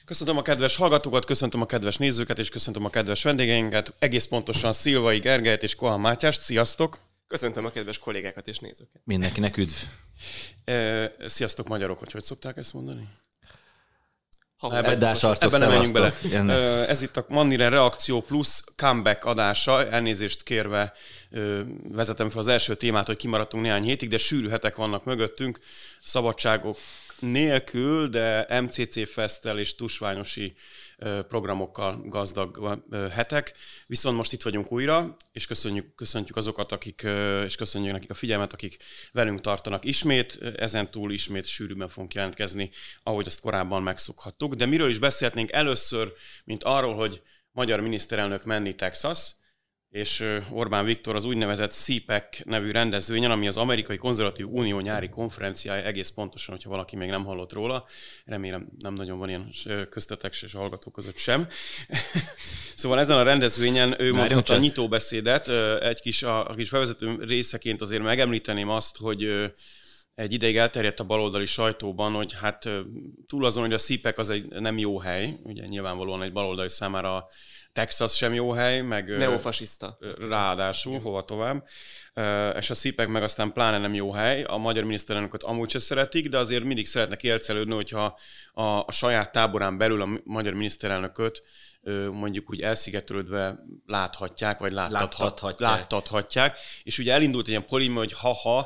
Köszöntöm a kedves hallgatókat, köszöntöm a kedves nézőket, és köszöntöm a kedves vendégeinket, egész pontosan Szilvai Gergelyt és Kohán Mátyást. Sziasztok! Köszöntöm a kedves kollégákat és nézőket. Mindenkinek üdv! Sziasztok magyarok, hogy szokták ezt mondani? Ebben nem menjünk bele. Ez itt a Mannire Reakció Plus comeback adása. Elnézést kérve vezetem fel az első témát, hogy kimaradtunk néhány hétig, de sűrű hetek vannak mögöttünk. Szabadságok nélkül, de MCC Festtel és tusványosi programokkal gazdag hetek. Viszont most itt vagyunk újra, és köszöntjük azokat, és köszönjük nekik a figyelmet, akik velünk tartanak ismét. Ezen túl ismét sűrűbben fogunk jelentkezni, ahogy azt korábban megszokhattuk. De miről is beszélhetnénk először, mint arról, hogy magyar miniszterelnök menni Texas, és Orbán Viktor az úgynevezett CPAC nevű rendezvényen, ami az Amerikai Konzervatív Unió nyári konferenciája, egész pontosan, hogyha valaki még nem hallott róla. Remélem nem nagyon van ilyen köztetek és hallgatók között sem. Szóval ezen a rendezvényen ő mondhatta a nyitóbeszédet. A kis felvezető részeként azért megemlíteném azt, hogy egy ideig elterjedt a baloldali sajtóban, hogy hát túl azon, hogy a CPAC az egy nem jó hely, ugye nyilvánvalóan egy baloldali számára Texas sem jó hely, meg neofasiszta. Ráadásul, hova tovább. És a CPAC meg aztán pláne nem jó hely. A magyar miniszterelnököt amúgy se szeretik, de azért mindig szeretnek élcelődni, hogyha a saját táborán belül a magyar miniszterelnököt mondjuk úgy elszigetelődve láthatják, vagy láttathatják. És ugye elindult egy ilyen polémia, hogy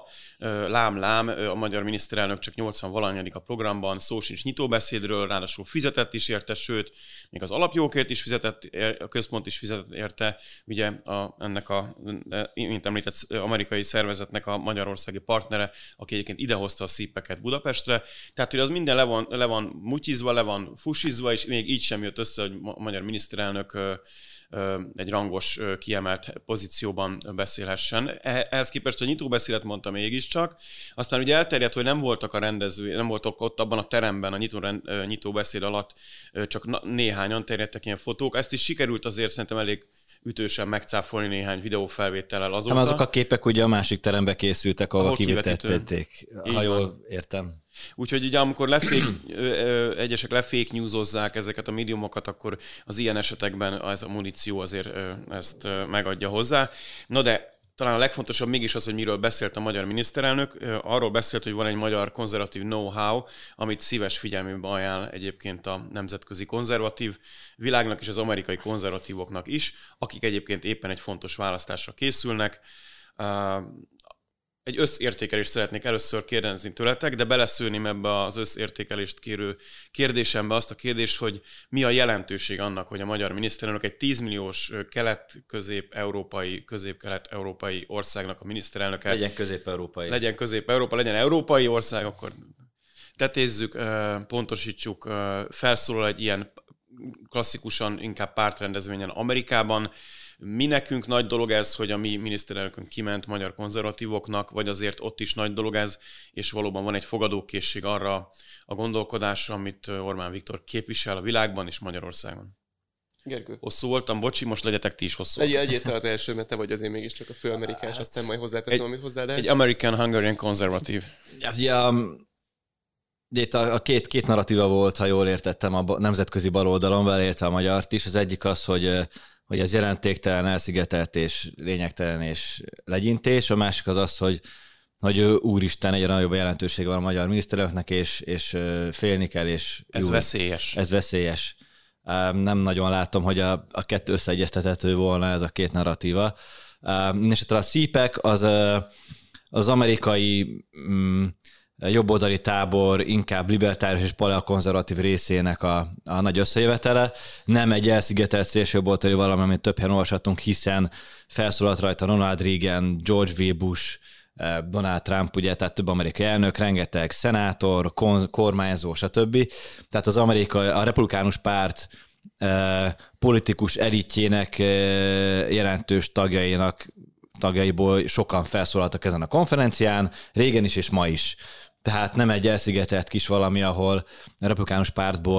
lám, a magyar miniszterelnök csak 80-valanyadik a programban, szó sincs nyitóbeszédről, ráadásul fizetett is érte, sőt, még az alapjókért is fizetett, a központ is fizetett érte, ugye ennek mint említett, amerikai szervezetnek a magyarországi partnere, aki egyébként idehozta a CPAC-et Budapestre. Tehát, hogy az minden le van mutyizva, le van fusizva, és még így sem jött össze, hogy a magyar miniszterelnök egy rangos, kiemelt pozícióban beszélhessen. Ehhez képest a nyitóbeszédet mondta mégiscsak. Aztán ugye elterjedt, hogy nem voltak ott abban a teremben a nyitóbeszéd alatt, csak néhányan terjedtek ilyen fotók. Ezt is sikerült azért szerintem elég ütősen megcáfolni néhány videófelvétellel azóta. Nem, azok a képek ugye a másik terembe készültek, ahol kivetítették, ha jól értem. Úgyhogy ugye amikor egyesek lefake newsozzák ezeket a médiumokat, akkor az ilyen esetekben ez a muníció azért ezt megadja hozzá. Na de talán a legfontosabb mégis az, hogy miről beszélt a magyar miniszterelnök. Arról beszélt, hogy van egy magyar konzervatív know-how, amit szíves figyelmébe ajánl egyébként a nemzetközi konzervatív világnak és az amerikai konzervatívoknak is, akik egyébként éppen egy fontos választásra készülnek. Egy összértékelést szeretnék először kérdezni tőletek, de beleszőném ebbe az összértékelést kérő kérdésembe azt a kérdést, hogy mi a jelentőség annak, hogy a magyar miniszterelnök egy 10 milliós közép-kelet-európai országnak a miniszterelnöke. Legyen közép-európai. Legyen európai ország, akkor tetézzük, pontosítsuk, felszólal egy ilyen klasszikusan inkább pártrendezvényen Amerikában. Mi nekünk nagy dolog ez, hogy a mi miniszterelnökünk kiment magyar konzervatívoknak, vagy azért ott is nagy dolog ez, és valóban van egy fogadókészség arra a gondolkodásra, amit Orbán Viktor képvisel a világban és Magyarországon. Gergő. Hosszú voltam, bocsi, most legyetek ti is hosszú. Legyél te az első, mert te vagy azért mégiscsak a fölamerikás, aztán majd hozzáteszem, amit hozzá lehet. Egy American-Hungarian konzervatív. Itt a két narratíva volt, ha jól értettem, a nemzetközi baloldalon, beleértve a magyart is. Az egyik az, hogy ez jelentéktelen, elszigetelt és lényegtelen és legyintés. A másik az, hogy úristen, egyre nagyobb jelentősége van a magyar miniszterelnöknek, és félni kell, és ez veszélyes. Ez veszélyes. Nem nagyon látom, hogy a kettő összeegyeztethető volna ez a két narratíva. És a CPAC az amerikai jobboldali tábor inkább libertárius és paleokonzervatív részének a nagy összejövetele. Nem egy elszigetelt szélsőjobboldali valami, amit több helyen olvashatunk, hiszen felszólalt rajta Ronald Reagan, George W. Bush, Donald Trump, ugye, tehát több amerikai elnök, rengeteg szenátor, kormányzó, stb. Tehát a republikánus párt politikus elitjének jelentős tagjaiból sokan felszólaltak ezen a konferencián, régen is és ma is. Tehát nem egy elszigetelt kis valami, ahol a republikánus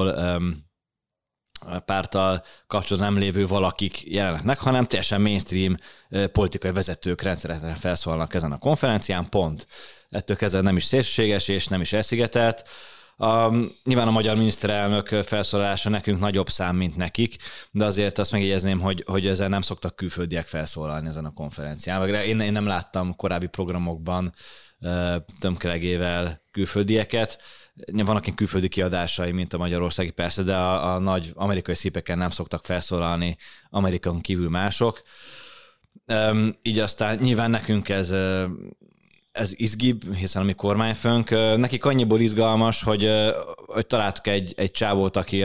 párttal kapcsolatban nem lévő valakik jelennek meg, hanem teljesen mainstream politikai vezetők rendszeresen felszólalnak ezen a konferencián, pont. Ettől kezdve nem is szélsőséges és nem is elszigetelt. Nyilván a magyar miniszterelnök felszólalása nekünk nagyobb szám, mint nekik, de azért azt megjegyezném, hogy ezzel nem szoktak külföldiek felszólalni ezen a konferencián. Én nem láttam korábbi programokban tömkelegével külföldieket. Vannak ilyen külföldi kiadásai, mint a magyarországi persze, de a nagy amerikai szípeken nem szoktak felszólalni Amerikán kívül mások. Így aztán nyilván nekünk ez izgibb, hiszen a mi kormányfőnk. Nekik annyiból izgalmas, hogy találtuk egy csávót, aki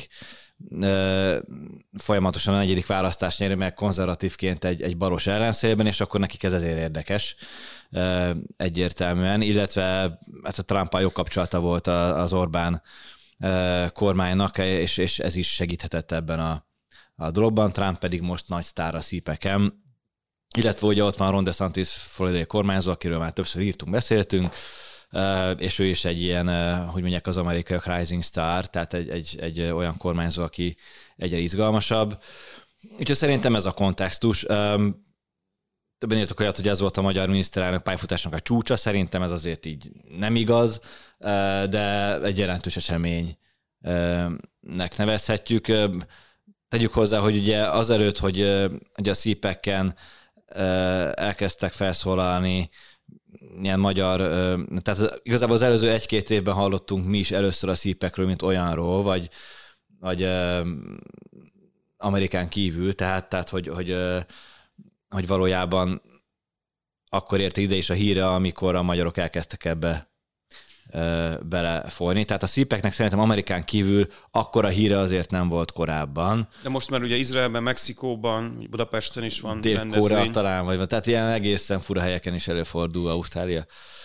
folyamatosan a negyedik választást nyeri meg konzervatívként egy balos ellenszélben, és akkor nekik ez ezért érdekes egyértelműen, illetve hát a Trumpal jó kapcsolata volt az Orbán kormánynak, és ez is segíthetett ebben a dologban. Trump pedig most nagy sztár a szípeken, illetve ugye ott van Ron DeSantis floridai kormányzó, akiről már többször írtunk, beszéltünk, és ő is egy ilyen, hogy mondják az amerikaiak, rising star, tehát egy olyan kormányzó, aki egyre izgalmasabb. Úgyhogy szerintem ez a kontextus. Többen írtok olyat, hogy ez volt a magyar miniszterelnök pályafutásnak a csúcsa, szerintem ez azért így nem igaz, de egy jelentős eseménynek nevezhetjük. Tegyük hozzá, hogy ugye azelőtt, hogy a szípeken elkezdtek felszólalni ilyen magyar, tehát igazából az előző 1-2 évben hallottunk mi is először a szípekről, mint olyanról, vagy Amerikán kívül, tehát hogy valójában akkor érte ide is a híre, amikor a magyarok elkezdtek ebbe belefolyni. Tehát a szípeknek szerintem Amerikán kívül akkora híre azért nem volt korábban. De most már ugye Izraelben, Mexikóban, Budapesten is van Dél-Korea talán, vagy tehát ilyen egészen fura helyeken is előfordul, Ausztrália.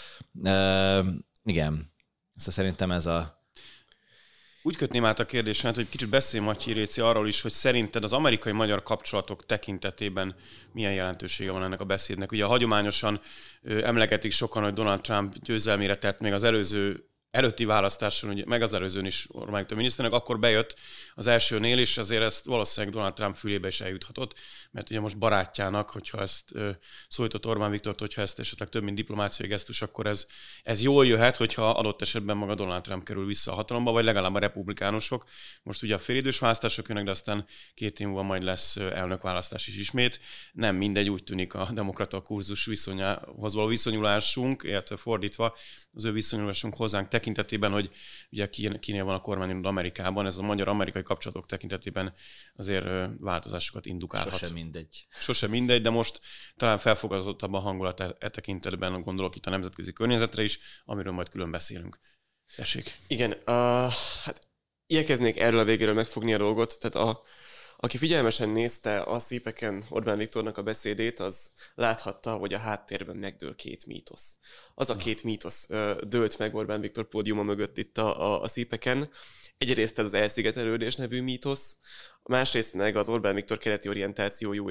Igen. Szóval szerintem ez a... Úgy kötném át a kérdésemet, hogy kicsit beszélj, Matyi Réci, arról is, hogy szerinted az amerikai-magyar kapcsolatok tekintetében milyen jelentősége van ennek a beszédnek. Ugye hagyományosan emlegetik sokan, hogy Donald Trump győzelmére tett még az előtti választáson, ugye, meg az előzőn is Orbán Viktor miniszternek, akkor bejött az elsőnél, és azért ezt valószínűleg Donald Trump fülébe is eljuthatott, mert ugye most barátjának, hogyha ezt szólított Orbán Viktort, hogyha ezt esetleg több, mint diplomáciai gesztus, akkor ez jól jöhet, hogyha adott esetben maga Donald Trump kerül vissza a hatalomba, vagy legalább a republikánusok. Most ugye a félidős választások jönnek, de aztán 2 év múlva majd lesz elnökválasztás is ismét. Nem mindegy, úgy tűnik a demokrata kurzus viszonyához való viszonyulásunk, illetve fordítva az ő viszonyulásunk hozzánk tekintetében, hogy ugye kinél van a kormányon Amerikában, ez a magyar-amerikai kapcsolatok tekintetében azért változásokat indukálhat. Sose mindegy, de most talán felfogadottabb a hangulat e tekintetben, gondolok itt a nemzetközi környezetre is, amiről majd külön beszélünk. Tessék. Igen, hát igyekeznék erről a végéről megfogni a dolgot, tehát aki figyelmesen nézte a szípeken Orbán Viktornak a beszédét, az láthatta, hogy a háttérben megdől 2 mítosz. Az a 2 mítosz dőlt meg Orbán Viktor pódiuma mögött itt a szípeken. Egyrészt ez az elszigetelődés nevű mítosz, másrészt meg az Orbán Viktor keleti orientációjú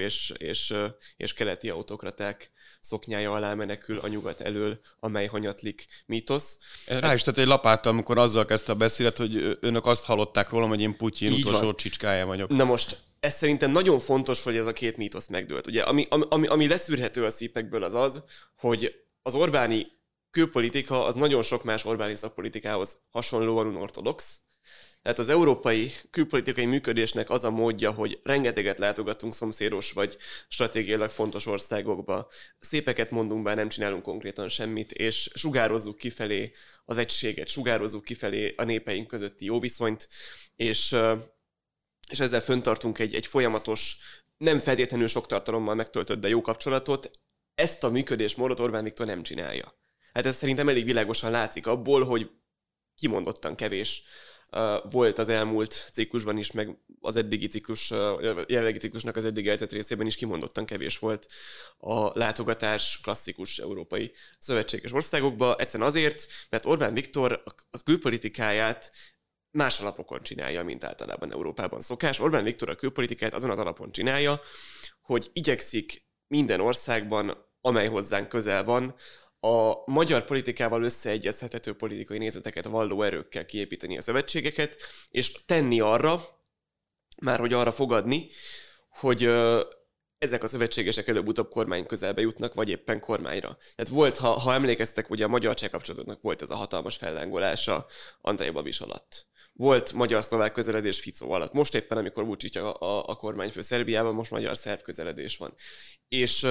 és keleti autokraták szoknyája alá menekül a nyugat elől, amely hanyatlik mítosz. Rá is tett egy lapáttal, amikor azzal kezdte a beszédet, hogy önök azt hallották rólam, hogy én Putyin utolsó csicskája vagyok. Na most, ez szerintem nagyon fontos, hogy ez a 2 mítosz megdőlt. Ugye, ami leszűrhető a szípekből az, hogy az Orbáni külpolitika az nagyon sok más Orbáni szakpolitikához hasonlóan unortodox. Tehát az európai külpolitikai működésnek az a módja, hogy rengeteget látogatunk szomszédos vagy stratégiailag fontos országokba. Szépeket mondunk, bár nem csinálunk konkrétan semmit, és sugározzuk kifelé az egységet, sugározzuk kifelé a népeink közötti jó viszonyt, és ezzel föntartunk egy folyamatos, nem feltétlenül sok tartalommal megtöltött, de jó kapcsolatot. Ezt a működésmódot Orbán Viktor nem csinálja. Hát ez szerintem elég világosan látszik abból, hogy kimondottan kevés volt az elmúlt ciklusban is, meg az eddigi jelenlegi ciklusnak az eddig eltett részében is kimondottan kevés volt a látogatás klasszikus európai szövetséges országokba. Egyszerűen azért, mert Orbán Viktor a külpolitikáját más alapokon csinálja, mint általában Európában szokás. Orbán Viktor a külpolitikáját azon az alapon csinálja, hogy igyekszik minden országban, amely hozzánk közel van, a magyar politikával összeegyeztethető politikai nézeteket valló erőkkel kiépíteni a szövetségeket, és tenni arra, már hogy arra fogadni, hogy ezek a szövetségesek előbb-utóbb kormány közelbe jutnak, vagy éppen kormányra. Tehát volt, ha emlékeztek, ugye a magyar-cseh kapcsolatoknak volt ez a hatalmas fellángolása Andrej Babiš alatt. Volt magyar-szlovák közeledés Fico alatt. Most éppen, amikor Vučić a kormányfő Szerbiában, most magyar-szerb közeledés van. És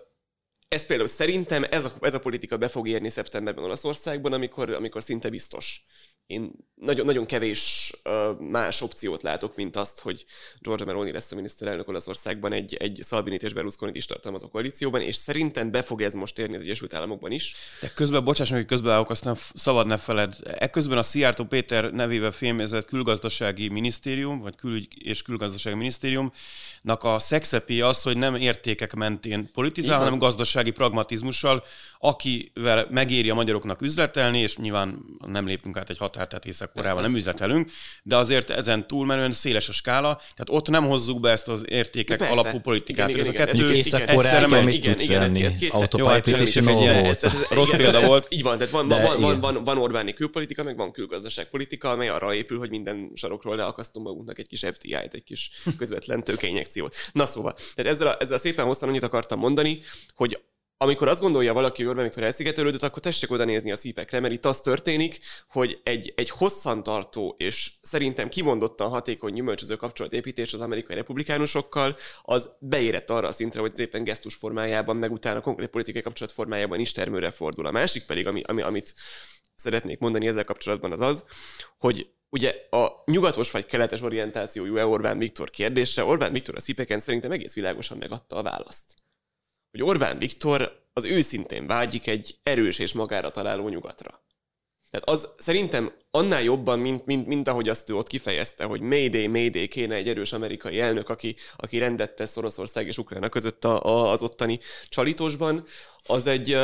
ez például szerintem ez a politika be fog érni szeptemberben Olaszországban, amikor szinte biztos. Én nagyon kevés más opciót látok, mint azt, hogy Giorgia Meloni lesz a miniszterelnök Olaszországban egy Salvinit és Berlusconit is tartalmazó koalícióban, és szerintem be fog ez most érni az Egyesült Államokban is. De közben, bocsáss meg, hogy közbeállok, aztán szabad ne feled. Ekközben a Szijjártó Péter nevével fémezett külgazdasági minisztérium, vagy és külgazdasági minisztériumnak a szexepéje az, hogy nem értékek mentén politizál, hanem gazdasági pragmatizmussal, akivel megéri a magyaroknak üzletelni, és nyilván nem lépünk át egy határt, tehát Észak-Koreában nem üzletelünk, de azért ezen túlmenően széles a skála, tehát ott nem hozzuk be ezt az értékek alapú politikát. Ez a kettő Észak-Koreában még tudsz venni. Autopilot rossz példa volt. Így van, tehát van Orbáni külpolitika, meg van külgazdaságpolitika, amely arra épül, hogy minden sarokról leakasztunk magunknak egy kis FDI-t, egy kis közvetlen tőkeinjekciót. Na szóval, tehát ezzel szépen hosszan annyit akartam mondani, hogy amikor azt gondolja valaki, hogy Orbán Viktor elszigetelődött, akkor tessék oda nézni a szípekre, mert itt az történik, hogy egy hosszantartó és szerintem kimondottan hatékony gyümölcsöző kapcsolatépítés az amerikai republikánusokkal, az beérett arra a szintre, hogy szépen gesztus formájában, meg utána konkrét politikai kapcsolat formájában is termőre fordul. A másik pedig, amit szeretnék mondani ezzel kapcsolatban, az, hogy ugye a nyugatos vagy keletes orientációjú Orbán Viktor kérdése, Orbán Viktor a szípeken szerintem egész világosan megadta a választ. Hogy Orbán Viktor az őszintén vágyik egy erős és magára találó nyugatra. Tehát az szerintem annál jobban, mint ahogy azt ő ott kifejezte, hogy Mayday, kéne egy erős amerikai elnök, aki rendet tesz Oroszország és Ukrajna között az ottani csalitosban, az egy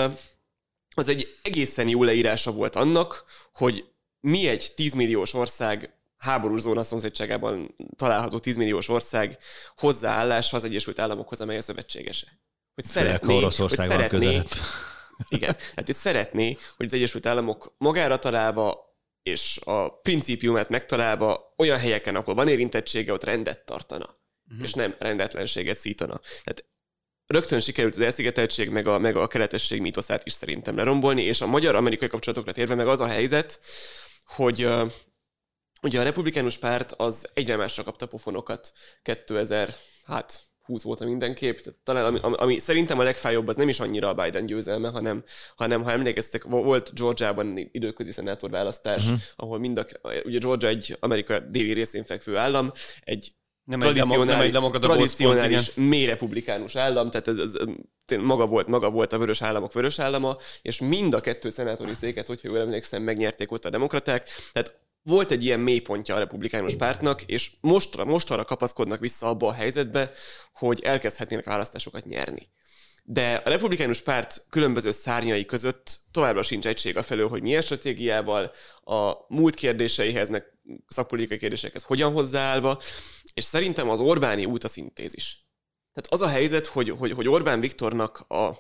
egészen jó leírása volt annak, hogy mi egy 10 milliós ország, háborús zóna szomszédságában található 10 milliós ország hozzáállása az Egyesült Államokhoz, amely a szövetségese. Hogy szeretné, hogy az Egyesült Államok magára találva és a principiumát megtalálva olyan helyeken, ahol van érintettsége, ott rendet tartana, és nem rendetlenséget szítana. Tehát rögtön sikerült az elszigeteltség meg a keletesség mítoszát is szerintem lerombolni, és a magyar-amerikai kapcsolatokra térve meg az a helyzet, hogy ugye a republikánus párt az egyre másra kapta pofonokat 2020 óta mindenképp. Tehát talán ami szerintem a legfájóbb, az nem is annyira a Biden győzelme, hanem ha emlékeztek, volt Georgiában időközi szenátorválasztás, ahol ugye Georgia egy Amerika déli részén fekvő állam, egy tradicionális mély republikánus állam, tehát ez maga volt a vörös államok vörös állama, és mind a kettő szenátori széket, hogyha jól emlékszem, megnyerték ott a demokraták. Tehát volt egy ilyen mélypontja a republikánus pártnak, és mostanra kapaszkodnak vissza abba a helyzetbe, hogy elkezdhetnének választásokat nyerni. De a republikánus párt különböző szárnyai között továbbra sincs egység afelől, hogy milyen stratégiával, a múlt kérdéseihez, meg szakpolitikai kérdésekhez hogyan hozzáállva, és szerintem az Orbáni út a szintézis. Tehát az a helyzet, hogy Orbán Viktornak a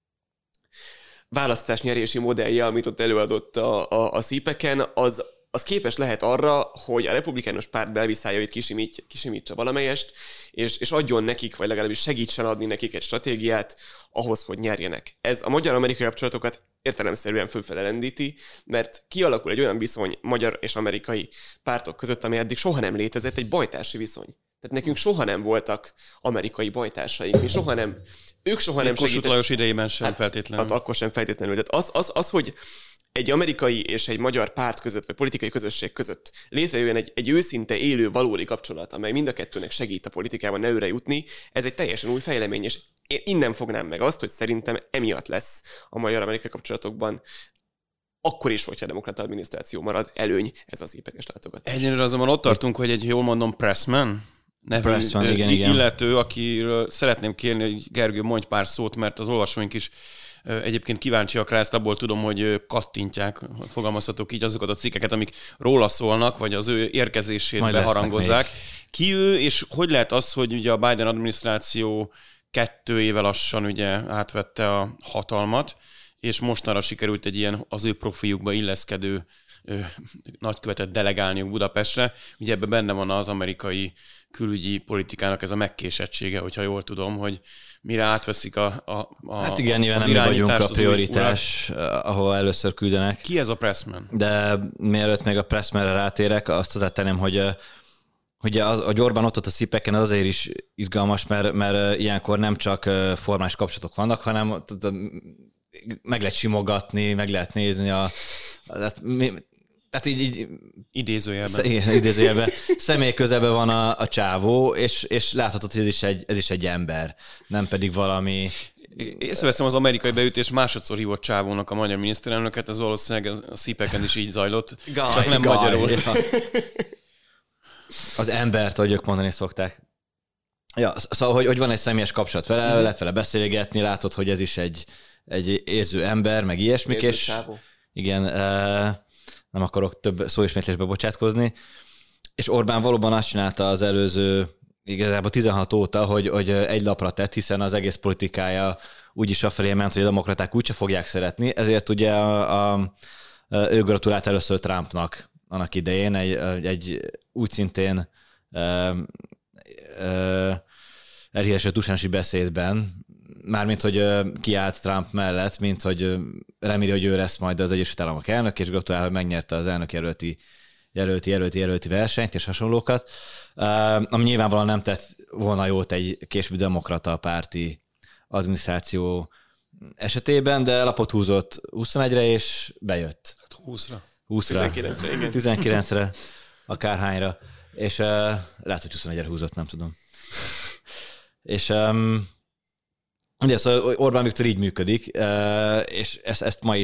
választásnyerési modellje, amit ott előadott a szípeken, az képes lehet arra, hogy a republikánus párt belviszájait kisimítsa valamelyest, és adjon nekik, vagy legalábbis segítsen adni nekik egy stratégiát ahhoz, hogy nyerjenek. Ez a magyar-amerikai kapcsolatokat értelemszerűen fölfelelendíti, mert kialakul egy olyan viszony magyar és amerikai pártok között, ami eddig soha nem létezett, egy bajtársi viszony. Tehát nekünk soha nem voltak amerikai bajtársaink, ők soha nem segítettek. Kossuth Lajos idejében sem feltétlenül. Hát akkor sem feltétlenül. Tehát az, hogy egy amerikai és egy magyar párt között, vagy politikai közösség között létrejöjjön egy őszinte, élő, valódi kapcsolat, amely mind a kettőnek segít a politikában előre jutni, ez egy teljesen új fejlemény, és én innen fognám meg azt, hogy szerintem emiatt lesz a magyar-amerikai kapcsolatokban akkor is, hogyha a demokrata adminisztráció marad, előny ez az épekes látogatás. Egyelőre azonban ott tartunk, hogy egy jól mondom Pressman, igen. illető, akiről szeretném kérni, hogy Gergő, mondj pár szót, mert az olvasóink is egyébként kíváncsiak rá, ezt abból tudom, hogy kattintják, fogalmazhatok így, azokat a cikkeket, amik róla szólnak, vagy az ő érkezését majd beharangozzák. Ki ő, és hogy lehet az, hogy ugye a Biden adminisztráció 2 éve lassan ugye átvette a hatalmat, és mostanra sikerült egy ilyen az ő profiukba illeszkedő nagykövetet delegálniuk Budapestre. Ugye ebben benne van az amerikai külügyi politikának ez a megkésettsége, hogyha jól tudom, hogy mire átveszik hát igen, nyilván nem mi vagyunk a prioritás, ahol először küldenek. Ki ez a Pressman? De mielőtt még a Pressmanre rátérek, azt hozzátenem, hogy hogy Orbán ott a szipeken az azért is izgalmas, mert ilyenkor nem csak formális kapcsolatok vannak, hanem meg lehet simogatni, meg lehet nézni tehát így idézőjelben személy közelben van a csávó, és láthatod, hogy ez is egy ember, nem pedig valami... Észreveszem az amerikai beütés másodszor hívott csávónak a magyar miniszterelnöket, ez valószínűleg a szipeken is így zajlott, csak nem magyarul. Ja. Az embert, ahogy ők mondani szokták. Ja, szóval, hogy van egy személyes kapcsolat vele, lehet vele beszélgetni, látod, hogy ez is egy érző ember, meg ilyesmik, érző és csávó. Igen, nem akarok több szóismétlésbe bocsátkozni, és Orbán valóban azt csinálta az előző, igazából 16 óta, hogy egy lapra tett, hiszen az egész politikája úgyis afelé ment, hogy a demokraták úgyse fogják szeretni, ezért ugye ő gratulált először Trumpnak annak idején, egy úgy szintén elhíresült tusánosi beszédben, mármint, hogy kiállt Trump mellett, mint hogy reméli, hogy ő lesz majd az Egyesült Államok elnök, és gratulál, hogy megnyerte az elnök jelölti versenyt és hasonlókat, ami nyilvánvalóan nem tett volna jót egy későbbi demokrata párti adminisztráció esetében, hogy lapot húzott 21-re, és bejött. Hát 20-ra. 19-re, igen. 19-re, akárhányra, és lehet, hogy 21-re húzott, nem tudom. És ugye, szóval Orbán Viktor így működik, és ezt ma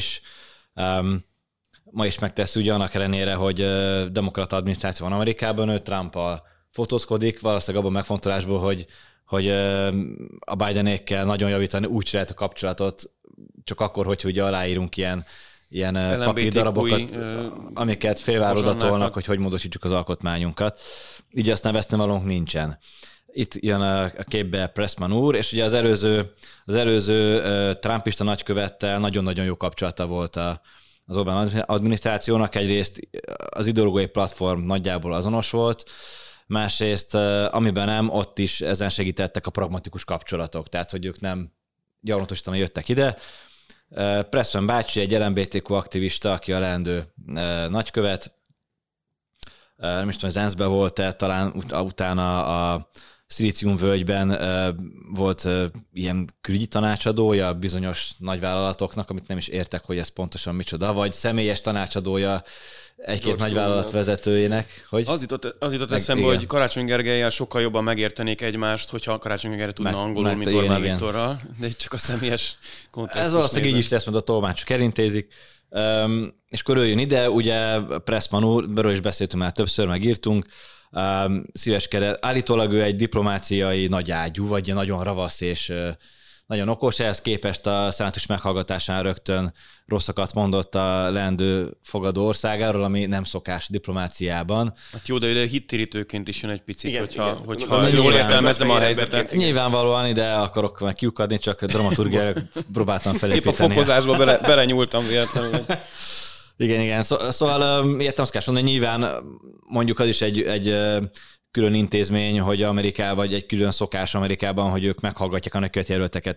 is megtesz, ugye annak ellenére, hogy demokrata adminisztráció van Amerikában, ő Trumpal fotózkodik, valószínűleg abban megfontolásból, hogy a Bidenékkel nagyon javítani úgy lehet a kapcsolatot, csak akkor, hogy ugye aláírunk ilyen papírdarabokat, amiket félvár odatolnak, hogy módosítsuk az alkotmányunkat. Így aztán vesztevalónk nincsen. Itt jön a képbe Pressman úr, és ugye az előző trumpista nagykövettel nagyon-nagyon jó kapcsolata volt az Orbán adminisztrációnak. Egyrészt az ideológiai platform nagyjából azonos volt, másrészt amiben nem, ott is ezen segítettek a pragmatikus kapcsolatok, tehát hogy ők nem gyakorlatilag jöttek ide. Pressman bácsi egy LMBTQ aktivista, aki a leendő nagykövet, nem is tudom, az ENSZ-ben volt-e, talán utána a Szilíciumvölgyben volt ilyen külügyi tanácsadója bizonyos nagyvállalatoknak, amit nem is értek, hogy ez pontosan micsoda, vagy személyes tanácsadója egy-két nagyvállalat vezetőjének. Hogy? Az jutott eszembe, hogy Karácsony Gergellyel sokkal jobban megértenék egymást, hogyha Karácsony Gergely tudna angolul, mint Orbán Viktorral, de itt csak a személyes kontextus. Ez valószínűleg így is lesz, mert a tolmácsok elintézik. És akkor ő jön ide, ugye Pressman úr, erről is beszéltünk már többször, megírtunk, szíveskedett. Állítólag ő egy diplomáciai nagy ágyú, vagy nagyon ravasz és nagyon okos, ehhez képest a szenátus meghallgatásán rögtön rosszakat mondott a leendő fogadó országáról, ami nem szokás diplomáciában. Hát jó, de ő hittérítőként is jön egy picit, igen, hogyha jól értelmezem a helyzetet. Nyilvánvalóan ide akarok meg kiukadni, csak dramaturgiára próbáltam felépíteni. Épp a fokozásba belenyúltam véletlenül. Igen. Szóval értem azt kell mondani, hogy nyilván mondjuk az is egy külön intézmény, hogy Amerikában, vagy egy külön szokás Amerikában, hogy ők meghallgatják a nagykövetjelölteket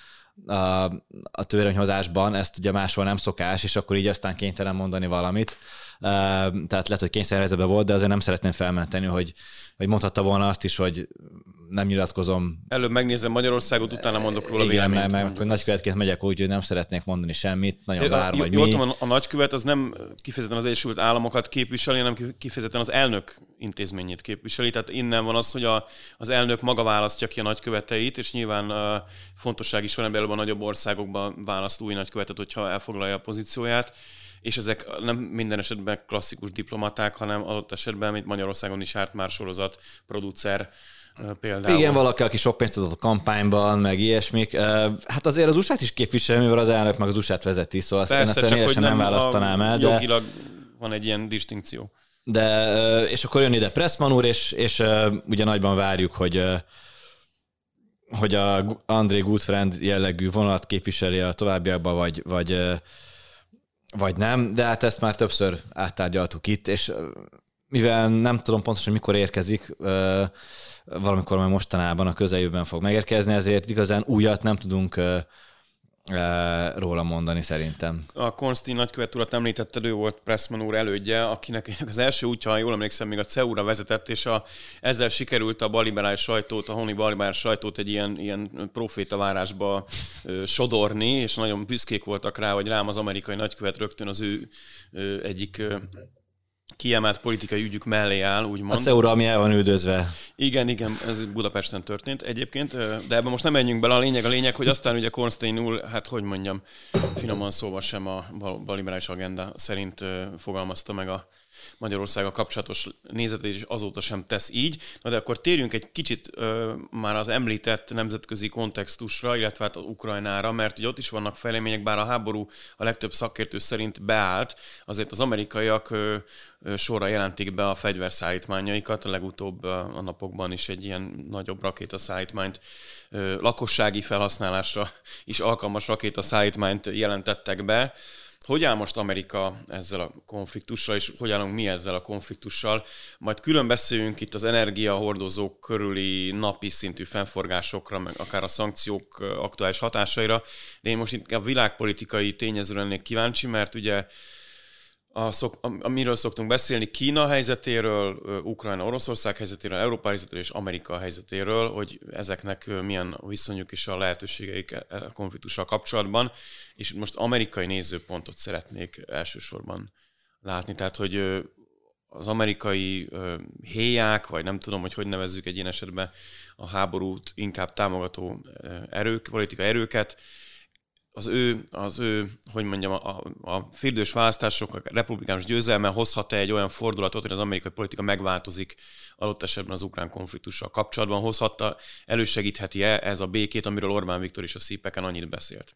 a törvényhozásban, ezt ugye máshol nem szokás, és akkor így aztán kénytelen mondani valamit. Tehát lehet, hogy kényszerhelyzetben volt, de azért nem szeretném felmenteni, hogy mondhatta volna azt is, hogy nem nyilatkozom. Előbb megnézem Magyarországot, utána mondok róla véleményt. Igen, mert nagykövetként megyek úgy, hogy nem szeretnék mondani semmit, nagyon vár vagy jól mi. Tudom, a nagykövet az nem kifejezetten az Egyesült Államokat képviseli, hanem kifejezetten az elnök intézményét képviseli. Tehát innen van az, hogy az elnök maga választja ki a nagyköveteit, és nyilván fontosság is van, belőle a nagyobb országokban választ új nagykövetet, hogyha elfoglalja a pozícióját. És ezek nem minden esetben klasszikus diplomaták, hanem adott esetben, mint Magyarországon is járt már sorozat, producer például. Igen, valaki, aki sok pénzt adott a kampányban, meg ilyesmik. Hát azért az USA-t is képvisel, mivel az elnök meg az USA-t vezeti, szóval persze, én ezt nem választanám el. Jogilag van egy ilyen distinkció. De, és akkor jön ide Pressman úr, és ugye nagyban várjuk, hogy a André Gutfriend jellegű vonalat képviseli a továbbiakban, vagy vagy nem, de hát ezt már többször áttárgyaltuk itt, és mivel nem tudom pontosan mikor érkezik, valamikor majd mostanában a közeljövőben fog megérkezni, ezért igazán újat nem tudunk róla mondani szerintem. A Konstin nagykövet urat említetted, ő volt Pressman úr elődje, akinek az első útja, ha jól emlékszem, még a CEU-ra vezetett, és ezzel sikerült a balliberális sajtót, a honi balliberális sajtót egy ilyen profétavárásba sodorni, és nagyon büszkék voltak rá, hogy rám az amerikai nagykövet rögtön az ő egyik kiemelt politikai ügyük mellé áll, úgymond. A CEU-ra, ami el van üldözve. Igen, ez Budapesten történt egyébként, de ebben most nem menjünk bele. A lényeg, hogy aztán ugye Kornstein úr, hát hogy mondjam, finoman szóval sem a balliberális agenda szerint fogalmazta meg a Magyarországgal kapcsolatos nézetét, és azóta sem tesz így. Na de akkor térjünk egy kicsit már az említett nemzetközi kontextusra, illetve hát Ukrajnára, mert ugye ott is vannak fejlemények, bár a háború a legtöbb szakértő szerint beállt, azért az amerikaiak sorra jelentik be a fegyverszállítmányaikat, a legutóbb a napokban is egy ilyen nagyobb rakétaszállítmányt, lakossági felhasználásra is alkalmas rakétaszállítmányt jelentettek be. Hogy áll most Amerika ezzel a konfliktussal, és hogy állunk mi ezzel a konfliktussal? Majd külön beszéljünk itt az energiahordozók körüli napi szintű fennforgásokra, meg akár a szankciók aktuális hatásaira, de én most itt a világpolitikai tényezőre lennék kíváncsi, mert ugye amiről szoktunk beszélni, Kína helyzetéről, Ukrajna, Oroszország helyzetéről, Európa helyzetéről és Amerika helyzetéről, hogy ezeknek milyen viszonyuk és a lehetőségeik a konfliktussal kapcsolatban, és most amerikai nézőpontot szeretnék elsősorban látni, tehát hogy az amerikai héják, vagy nem tudom, hogy nevezzük egy ilyen esetben a háborút inkább támogató erők, politikai erőket, az ő, hogy mondjam, a félidős választások, a republikánus győzelme hozhat-e egy olyan fordulatot, hogy az amerikai politika megváltozik adott esetben az ukrán konfliktussal kapcsolatban, elősegítheti-e ez a békét, amiről Orbán Viktor is a szípeken annyit beszélt?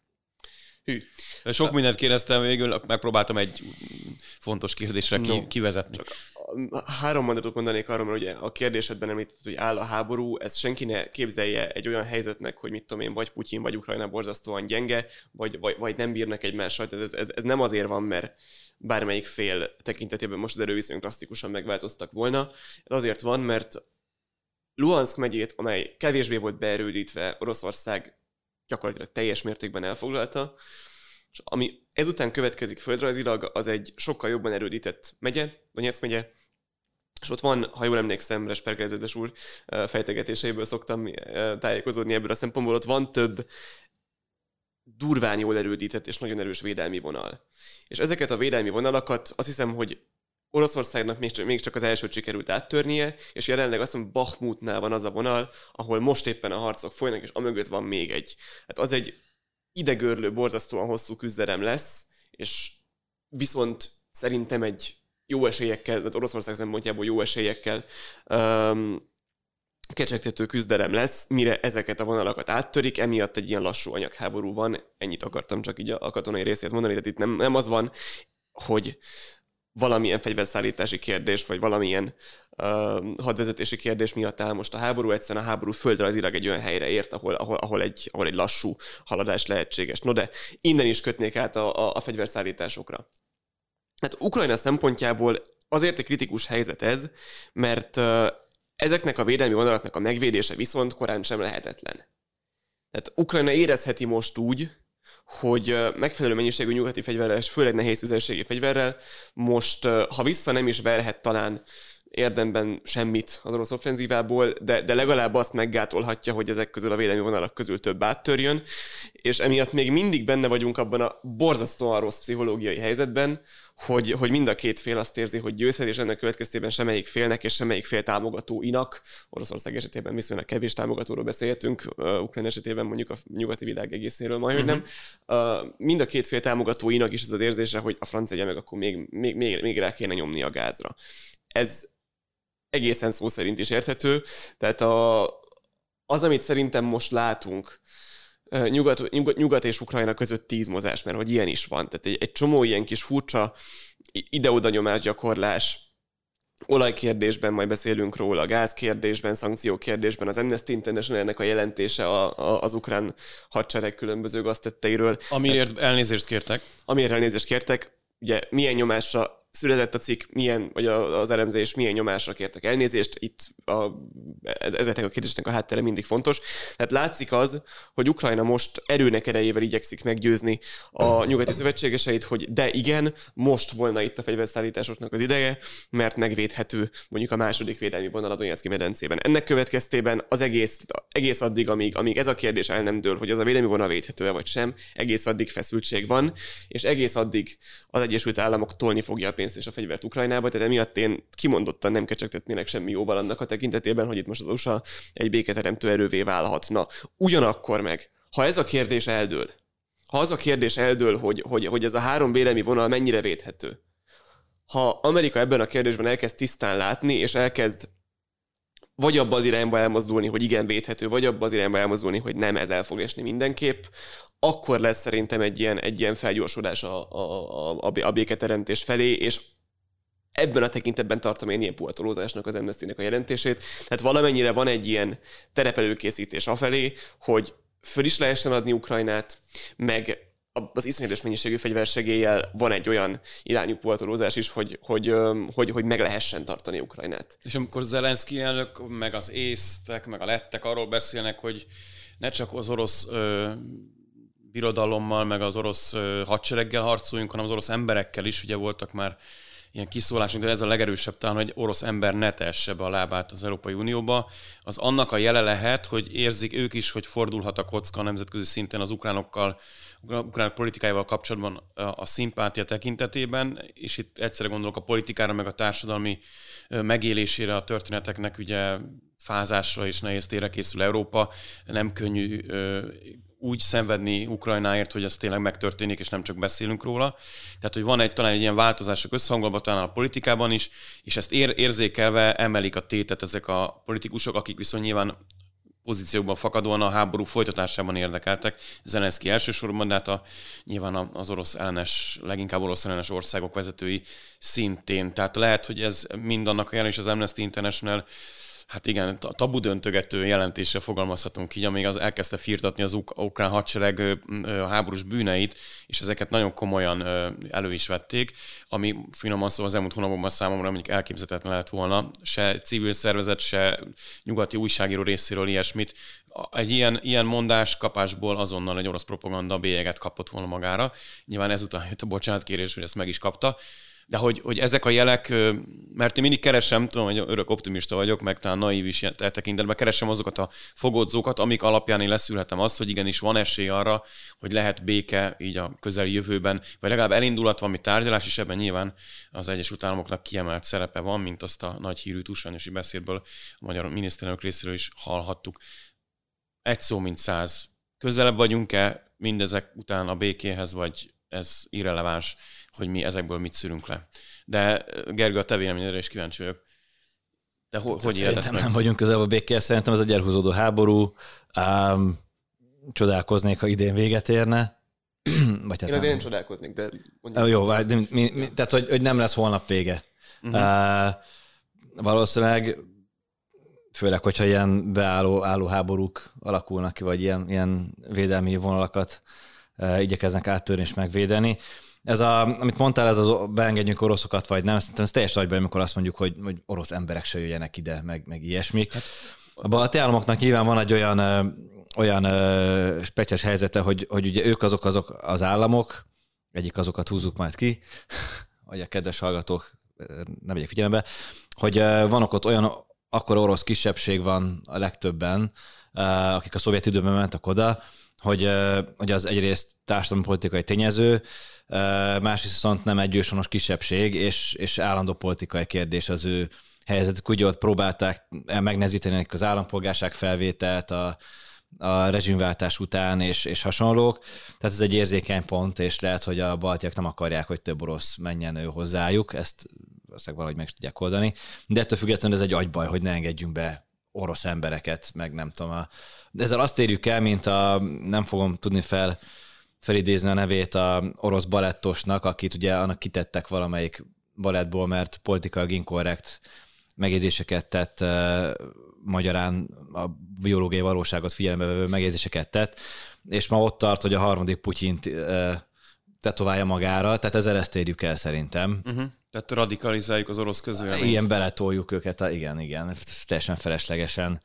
Sok mindent kérdeztem, végül megpróbáltam egy fontos kérdésre kivezetni. Csak 3 mondatot mondanék arról, mert ugye a kérdésedben említett, hogy áll a háború, ezt senki ne képzelje egy olyan helyzetnek, hogy mit tudom én, vagy Putyin, vagy Ukrajna borzasztóan gyenge, vagy nem bírnak egymással. Tehát ez nem azért van, mert bármelyik fél tekintetében most az erőviszonyok drasztikusan megváltoztak volna. Ez azért van, mert Luhanszk megyét, amely kevésbé volt beerődítve, Oroszország gyakorlatilag teljes mértékben elfoglalta, és ami ezután következik földrajzilag, az egy sokkal jobban erődített megye, Donetsz megye, és ott van, ha jól emlékszem, Resperger úr fejtegetéseiből szoktam tájékozódni ebből a szempontból, ott van több durván jól erődített és nagyon erős védelmi vonal. És ezeket a védelmi vonalakat azt hiszem, hogy Oroszországnak még csak az elsőt sikerült áttörnie, és jelenleg azt hiszem Bakhmutnál van az a vonal, ahol most éppen a harcok folynak, és amögött van még egy. Hát az egy idegörlő, borzasztóan hosszú küzdelem lesz, és viszont szerintem egy jó esélyekkel, tehát Oroszország szempontjából jó esélyekkel kecsegtető küzdelem lesz, mire ezeket a vonalakat áttörik, emiatt egy ilyen lassú anyagháború van, ennyit akartam csak így a katonai részéhez mondani, tehát itt nem az van, hogy valamilyen fegyverszállítási kérdés, vagy valamilyen hadvezetési kérdés miatt áll most a háború, egyszerűen a háború földrajzilag egy olyan helyre ért, ahol egy lassú haladás lehetséges. No de innen is kötnék át a fegyverszállításokra. Hát Ukrajna szempontjából azért egy kritikus helyzet ez, mert ezeknek a védelmi vonalaknak a megvédése viszont korán sem lehetetlen. Tehát Ukrajna érezheti most úgy, hogy megfelelő mennyiségű nyugati fegyverrel, és főleg nehéz tüzérségi fegyverrel most, ha vissza nem is verhet talán érdemben semmit az orosz offenzívából, de legalább azt meggátolhatja, hogy ezek közül a védelmi vonalak közül több áttörjön, és emiatt még mindig benne vagyunk abban a borzasztóan rossz pszichológiai helyzetben, hogy mind a két fél azt érzi, hogy győzhet, és ennek következtében semmelyik félnek és semmelyik fél támogatóinak, Oroszország esetében viszonylag kevés támogatóról beszéltünk, Ukrajna esetében mondjuk a nyugati világ egészéről majd, hogy nem. Mind a két fél támogatóinak is ez az érzése, hogy a francia meg akkor még rá kéne nyomni a gázra. Ez egészen szó szerint is érthető, tehát az, amit szerintem most látunk, Nyugat és Ukrajna között 10 mozás, mert hogy ilyen is van. Tehát egy csomó ilyen kis furcsa ide-oda nyomásgyakorlás, olajkérdésben majd beszélünk róla, gázkérdésben, szankciókérdésben, az Amnesty International-nek a jelentése az ukrán hadsereg különböző gaztetteiről. Amiért elnézést kértek. Amiért elnézést kértek. ugye milyen nyomásra született a cikk, vagy az elemzés milyen nyomásra kértek elnézést, itt ezeknek a kérdésnek a háttere mindig fontos. Tehát látszik az, hogy Ukrajna most erőnek erejével igyekszik meggyőzni a nyugati szövetségeseit, hogy de igen, most volna itt a fegyverszállításoknak az ideje, mert megvédhető mondjuk a második védelmi vonal a Donetszki medencében. Ennek következtében az egész addig, amíg ez a kérdés el nem dől, hogy az a védelmi vonal védhető-e vagy sem, egész addig feszültség van, és egész addig az Egyesült Államok tolni fogja a pénzt és a fegyvert Ukrajnába, tehát emiatt én kimondottan nem kecsegtetnének semmi jóval annak a tekintetében, hogy itt most az USA egy béketeremtő erővé válhatna. Ugyanakkor meg, ha ez a kérdés eldől, hogy ez a 3 védelmi vonal mennyire védhető, ha Amerika ebben a kérdésben elkezd tisztán látni, és elkezd vagy abba az irányba elmozdulni, hogy igen, védhető, vagy abba az irányba elmozdulni, hogy nem, ez el fog esni mindenképp, akkor lesz szerintem egy ilyen felgyorsodás a béketeremtés felé, és ebben a tekintetben tartom én ilyen puhatolózásnak az Amnestynek a jelentését. Tehát valamennyire van egy ilyen terepelőkészítés afelé, hogy föl is lehessen adni Ukrajnát, meg az iszonyatos mennyiségű fegyversegéllyel van egy olyan irányú puhatolózás is, hogy meg lehessen tartani Ukrajnát. És amikor Zelenszky elnök, meg az észtek, meg a lettek arról beszélnek, hogy ne csak az orosz birodalommal, meg az orosz hadsereggel harcoljunk, hanem az orosz emberekkel is, ugye voltak már ilyen kiszólásunk, de ez a legerősebb talán, hogy orosz ember ne tehesse be a lábát az Európai Unióba, az annak a jele lehet, hogy érzik ők is, hogy fordulhat a kocka a nemzetközi szinten az ukránok politikájával kapcsolatban a szimpátia tekintetében, és itt egyszerre gondolok a politikára, meg a társadalmi megélésére a történeteknek, ugye fázásra és nehéz térre készül Európa, nem könnyű úgy szenvedni Ukrajnáért, hogy ez tényleg megtörténik, és nem csak beszélünk róla. Tehát, hogy van talán egy ilyen változások összhangolva talán a politikában is, és ezt érzékelve emelik a tétet ezek a politikusok, akik viszont nyilván pozíciókban fakadóan a háború folytatásában érdekeltek. Zelenszky elsősorban, de hát nyilván az leginkább orosz ellenes országok vezetői szintén. Tehát lehet, hogy ez mind annak a jelen is az Amnesty International, hát igen, tabu döntögető jelentéssel fogalmazhatunk így, amíg az elkezdte firtatni az ukrán hadsereg háborús bűneit, és ezeket nagyon komolyan elő is vették, ami finoman szóval az elmúlt hónapokban számomra mondjuk elképzelhetetlen lett volna, se civil szervezet, se nyugati újságíró részéről ilyesmit. Egy ilyen mondás kapásból azonnal egy orosz propaganda bélyeget kapott volna magára. Nyilván ezután jött a bocsánatkérés, hogy ezt meg is kapta. De hogy ezek a jelek, mert én mindig keresem, tudom, hogy örök optimista vagyok, meg talán naív is tekintetben, keresem azokat a fogódzókat, amik alapján én leszűrhetem azt, hogy igenis van esély arra, hogy lehet béke így a közeli jövőben, vagy legalább elindulhat valami tárgyalás, és ebben nyilván az Egyesült Államoknak kiemelt szerepe van, mint azt a nagy hírű tusványosi beszédből a magyar miniszterelnök részéről is hallhattuk. Egy szó, mint 100. Közelebb vagyunk-e mindezek után a békéhez, vagy ez irreleváns, hogy mi ezekből mit szűrünk le. De Gergő, a te véleményedre is kíváncsi vagyok. De hogy éled ezt meg? Nem vagyunk közel a békéhez, szerintem ez egy elhúzódó háború. Csodálkoznék, ha idén véget érne. Vagy én azért nem csodálkoznék, de... Jó, tehát hogy nem lesz holnap vége. Valószínűleg, főleg, hogyha ilyen beálló háborúk alakulnak ki, vagy ilyen védelmi vonalakat igyekeznek áttörni és megvédeni. Amit mondtál, ez az beengedjünk oroszokat, vagy nem, szerintem ez teljesen nagyban, amikor azt mondjuk, hogy orosz emberek se jöjjenek ide, meg ilyesmik. A balti államoknak nyilván van egy olyan speciális helyzete, hogy ugye ők azok az államok, egyik azokat húzzuk majd ki, hogy a kedves hallgatók ne vegyék figyelembe, hogy vannak ott olyan akkor orosz kisebbség van a legtöbben, akik a szovjet időben mentek oda, hogy az egyrészt társadalmi-politikai tényező, másrészt viszont nem egy őshonos kisebbség, és állandó politikai kérdés az ő helyzetük. Ugye ott próbálták megnehezíteni az állampolgárság felvételt a rezsimváltás után, és hasonlók. Tehát ez egy érzékeny pont, és lehet, hogy a baltiak nem akarják, hogy több orosz menjen hozzájuk, ezt valahogy meg tudják oldani. De ettől függetlenül ez egy agybaj, hogy ne engedjünk be orosz embereket, meg nem tudom. De ezzel azt érjük el, mint nem fogom tudni felidézni a nevét a orosz balettosnak, akit ugye annak kitettek valamelyik balettból, mert politikailag inkorrekt megjegyzéseket tett, magyarán a biológiai valóságot figyelembe vevő megjegyzéseket tett, és ma ott tart, hogy a harmadik Putyint tetoválja magára, tehát ezzel ezt érjük el szerintem. Tehát radikalizáljuk az orosz közvéleményt. Igen, beletoljuk őket, igen, teljesen feleslegesen.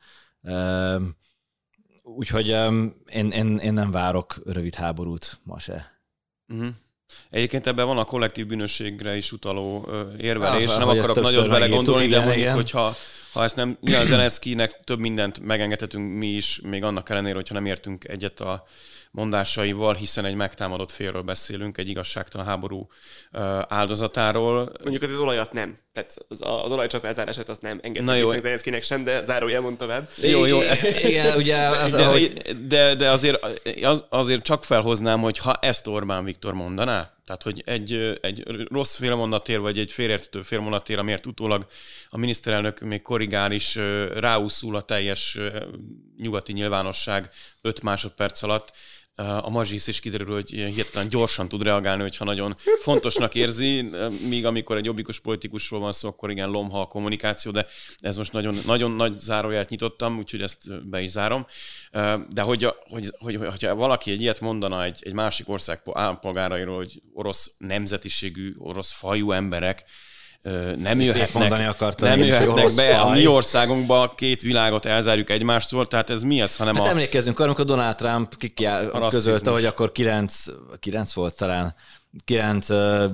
Úgyhogy én nem várok rövid háborút ma se. Egyébként ebben van a kollektív bűnösségre is utaló érvelés. Nem akarok nagyot belegondolni, de mondjuk, hogyha ezt nem, nyilván Zelenszkijnek több mindent megengedhetünk mi is, még annak ellenére, hogyha nem értünk egyet a mondásaival, hiszen egy megtámadott félről beszélünk, egy igazságtalan háború áldozatáról. Mondjuk az olajat nem. Tehát az olajcsap elzárását azt nem engedhetjük meg Zelenszkijnek sem, de zárójel mond tovább. Jó. Igen, ugye de azért csak felhoznám, hogy ha ezt Orbán Viktor mondaná, tehát hogy egy rossz félmondatér, vagy egy félreérthető félmondatér, amiért utólag a miniszterelnök még korrigál is, ráúszul a teljes nyugati nyilvánosság 5 másodperc alatt, a mazsisz is kiderül, hogy hirtelen gyorsan tud reagálni, hogyha nagyon fontosnak érzi, míg amikor egy jobbikos politikusról van szó, akkor igen, lomha a kommunikáció, de ez most nagyon, nagyon nagy zárójelt nyitottam, úgyhogy ezt be is zárom. De hogyha valaki egy ilyet mondana egy másik ország állampolgárairól, hogy orosz nemzetiségű, orosz fajú emberek nem jöhetnek be a mi országunkba, 2 világot elzárjuk egymástól, tehát ez mi ez, hanem emlékezzünk arra, amikor Donald Trump közölte, hogy akkor 9 volt talán, 9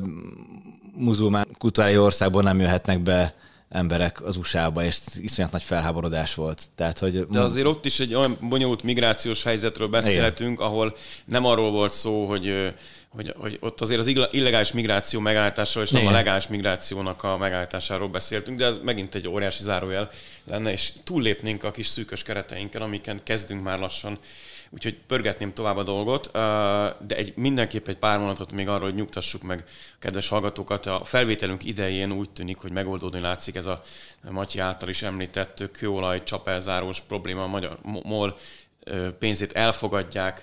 muzulmán kultúrájú országból nem jöhetnek be emberek az USA-ba, és iszonyat nagy felháborodás volt. Tehát, hogy de azért ott is egy olyan bonyolult migrációs helyzetről beszélhetünk, ahol nem arról volt szó, hogy ott azért az illegális migráció megállításáról és nem a legális migrációnak a megállításáról beszéltünk, de ez megint egy óriási zárójel lenne, és túllépnénk a kis szűkös kereteinken, amiken kezdünk már lassan. Úgyhogy pörgetném tovább a dolgot, de mindenképp egy pár mondatot még arról, hogy nyugtassuk meg a kedves hallgatókat. A felvételünk idején úgy tűnik, hogy megoldódni látszik ez a Matyi által is említett kőolaj csapelzárós probléma. A magyar MOL pénzét elfogadják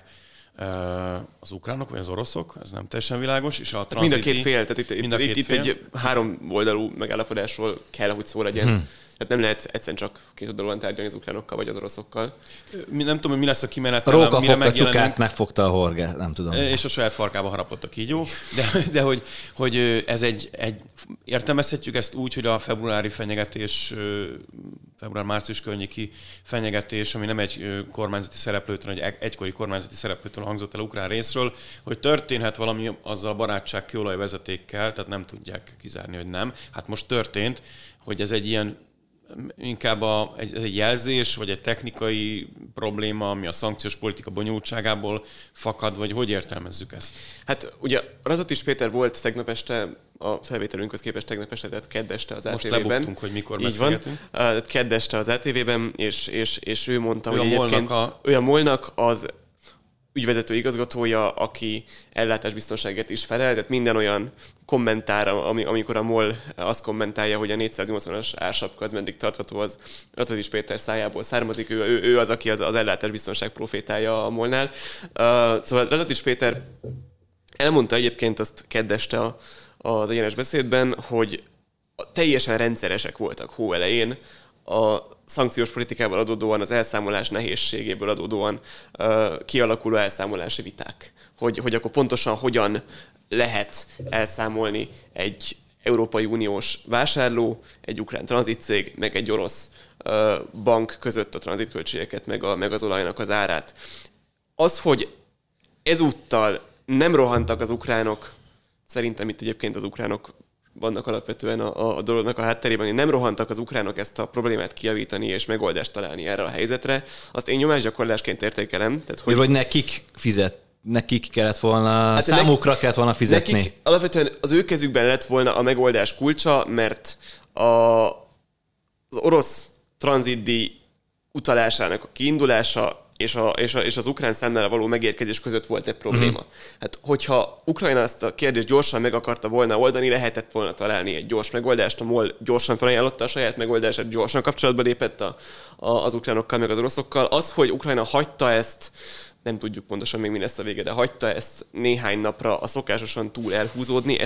az ukránok vagy az oroszok, ez nem teljesen világos. És a mind a két fél, tehát itt egy 3 oldalú megállapodásról kell, hogy szó legyen. Tehát nem lehet egyszerűen csak kétoldalúan tárgyalni az ukránokkal vagy az oroszokkal. Nem tudom, hogy mi lesz a kimenet. A róka fogta a csukát, megfogta a horgát, nem tudom. És a saját farkába harapott a kígyó. De hogy ez értelmezhetjük ezt úgy, hogy a februári fenyegetés, február-március környéki fenyegetés, ami nem egy kormányzati szereplőtől, egy egykori kormányzati szereplőtől hangzott el ukrán részről, hogy történhet valami azzal a barátság kőolajvezetékkel, tehát nem tudják kizárni, hogy nem. Hát most történt, hogy ez egy ilyen inkább ez egy jelzés, vagy egy technikai probléma, ami a szankciós politika bonyolultságából fakad, vagy hogy értelmezzük ezt? Hát ugye Razatis Péter volt tegnap este, a felvételünkhöz képest tegnap este, tehát kedd este az ATV-ben. Most lebuktunk, hogy mikor beszélgetünk. Kedd este az ATV-ben, és ő mondta, hogy egyébként ő a MOL-nak az ügyvezető igazgatója, aki ellátásbiztonságért is felel, tehát minden olyan kommentár, amikor a MOL azt kommentálja, hogy a 480-as ársapka az meddig tartható, az Razatis Péter szájából származik, ő az, aki az ellátásbiztonság profétája a MOL-nál. Szóval Razatis Péter elmondta egyébként azt kedd este az egyenes beszédben, hogy teljesen rendszeresek voltak hó elején a szankciós politikával adódóan, az elszámolás nehézségéből adódóan kialakuló elszámolási viták. Hogy akkor pontosan hogyan lehet elszámolni egy Európai Uniós vásárló, egy ukrán tranzitcég, meg egy orosz bank között a tranzitköltségeket, meg az olajnak az árát. Az, hogy ezúttal nem rohantak az ukránok, szerintem itt egyébként az ukránok vannak alapvetően a dolognak a hátterében, hogy nem rohantak az ukránok ezt a problémát kijavítani és megoldást találni erre a helyzetre, azt én nyomásgyakorlásként értékelem. Tehát, hogy nekik kellett volna, számukra kellett volna fizetni. Nekik alapvetően az ő kezükben lett volna a megoldás kulcsa, mert az orosz tranzitdíj utalásának a kiindulása és az ukrán számlára való megérkezés között volt egy probléma. Hát, hogyha Ukrajna ezt a kérdést gyorsan meg akarta volna oldani, lehetett volna találni egy gyors megoldást, a MOL gyorsan felajánlotta a saját megoldását, gyorsan kapcsolatba lépett az ukránokkal, meg az oroszokkal. Az, hogy Ukrajna hagyta ezt nem tudjuk pontosan még mi lesz a vége, de hagyta ezt néhány napra a szokásosan túl elhúzódni,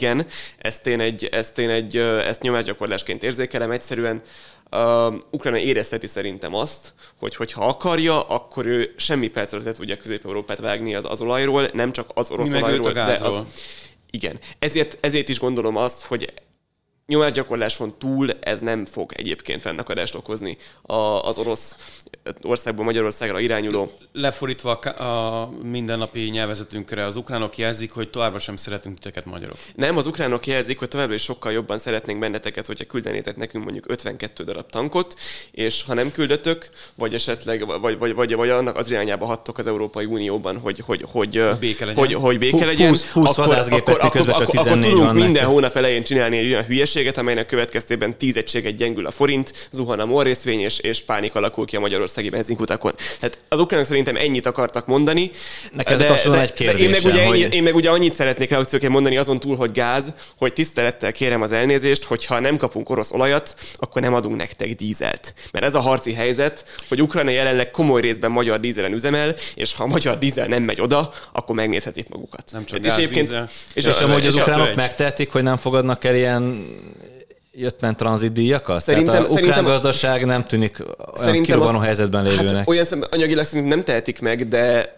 ezt nyomásgyakorlásként érzékelem egyszerűen. Ukrajna érezteti szerintem azt, hogy ha akarja, akkor ő semmi perc alatt le tudja Közép-Európát vágni az olajról, nem csak az orosz olajról, de az... Igen. Ezért is gondolom azt, hogy nyomásgyakorláson túl ez nem fog egyébként fennakadást okozni az orosz országból Magyarországra irányuló. Lefordítva a mindennapi nyelvezetünkre, az ukránok jelzik, hogy továbbra sem szeretünk titeket magyarok. Nem, az ukránok jelzik, hogy továbbra is sokkal jobban szeretnénk benneteket, hogyha küldenétek nekünk mondjuk 52 darab tankot, és ha nem küldötök, vagy esetleg, vagy annak az irányába hattok az Európai Unióban, hogy béke legyen, akkor tudunk minden hónap elején csinálni egy olyan hülyeséget, amelynek következtében 10 egységet gyengül a forint, zuhan a MOL részvény, és pánik alakul ki a magyarországi benzinkutakon. Tehát az ukránok szerintem ennyit akartak mondani. Én meg ugye annyit szeretnék reakcióként mondani azon túl, hogy gáz, hogy tisztelettel kérem az elnézést, hogy ha nem kapunk orosz olajat, akkor nem adunk nektek dízelt. Mert ez a harci helyzet, hogy Ukrajna jelenleg komoly részben magyar dízelen üzemel, és ha a magyar dízel nem megy oda, akkor megnézhetik magukat. Nem csak gáz, és amúgy az ukránok megtehetik, hogy nem fogadnak el ilyen jöttmen tranzitdíjakat? Tehát az ukrán gazdaság nem tűnik olyan kirobbanó helyzetben lévőnek. Hát olyan anyagilag szerintem nem tehetik meg, de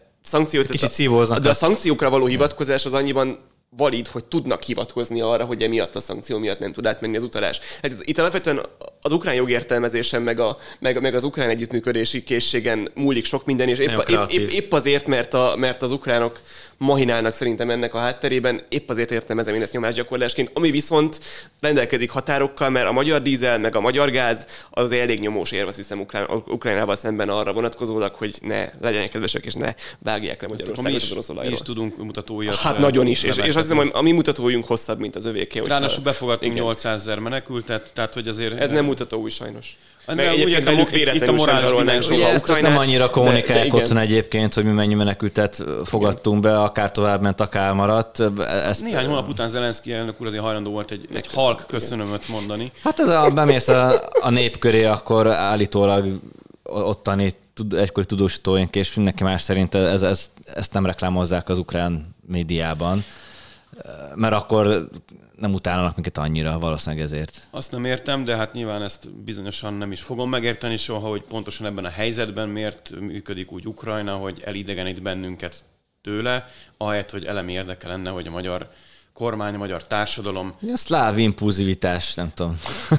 a szankciókra való hivatkozás az annyiban valid, hogy tudnak hivatkozni arra, hogy emiatt a szankció miatt nem tud átmenni az utalás. Hát itt alapvetően az ukrán jogértelmezésen, meg az ukrán együttműködési készségen múlik sok minden, és épp azért, mert az ukránok mahinálnak szerintem ennek a hátterében, épp azért értelmezem én ezt nyomásgyakorlásként, ami viszont rendelkezik határokkal, mert a magyar dízel, meg a magyar gáz az elég nyomós érv, azt hiszem Ukrajnával szemben arra vonatkozólag, hogy ne legyenek kedvesek, és ne vágják le Magyarországot az orosz olajról. Mi is tudunk mutatóiat. Hát nagyon is, és azt hiszem, hogy a mi mutatójunk hosszabb, mint az övéké. Ráadásul befogadtunk 800 000 menekültet, tehát hogy azért... Ez nem mutató új sajnos. Itt a morális ezt nem annyira kommunikálják otthon egyébként, hogy mi mennyi menekültet fogadtunk be, akár tovább ment, akár maradt. Néhány hónap után Zelenszky elnök úr azért hajlandó volt egy halk köszönömöt mondani. Hát bemész a nép köré, akkor állítólag ottani egykori tudósítóink és mindenki más szerint ezt nem reklámozzák az ukrán médiában, mert akkor nem utálnak minket annyira, valószínűleg ezért. Azt nem értem, de hát nyilván ezt bizonyosan nem is fogom megérteni soha, hogy pontosan ebben a helyzetben miért működik úgy Ukrajna, hogy elidegenít bennünket tőle, ahelyett, hogy elemi érdeke lenne, hogy a magyar kormány, a magyar társadalom... A szláv impulzivitás, nem tudom.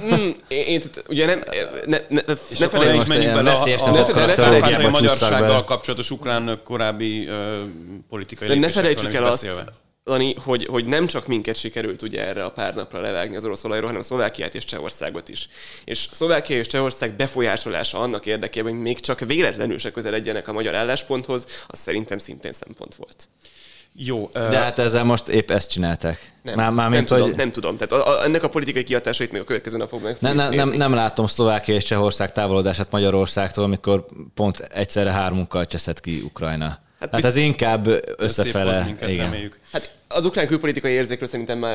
Ugye ne felejtsük, menjünk bele a magyarsággal kapcsolatos ukrán korábbi politikai lépésekről. Ne felejtsük el azt, Dani, hogy nem csak minket sikerült ugye erre a pár napra levágni az orosz olajról, hanem Szlovákiát és Csehországot is. És Szlovákia és Csehország befolyásolása annak érdekében, hogy még csak véletlenül se közeledjenek a magyar állásponthoz, az szerintem szintén szempont volt. Jó. De hát ezzel most épp ezt csinálták. Nem tudom. Tehát ennek a politikai kihatásait még a következő napokban nem látom Szlovákia és Csehország távolodását Magyarországtól, amikor pont egyszerre hármunkkal cseszett ki Ukrajna. Hát ez inkább összefele. Igen. Hát az ukrán külpolitikai érzékről szerintem már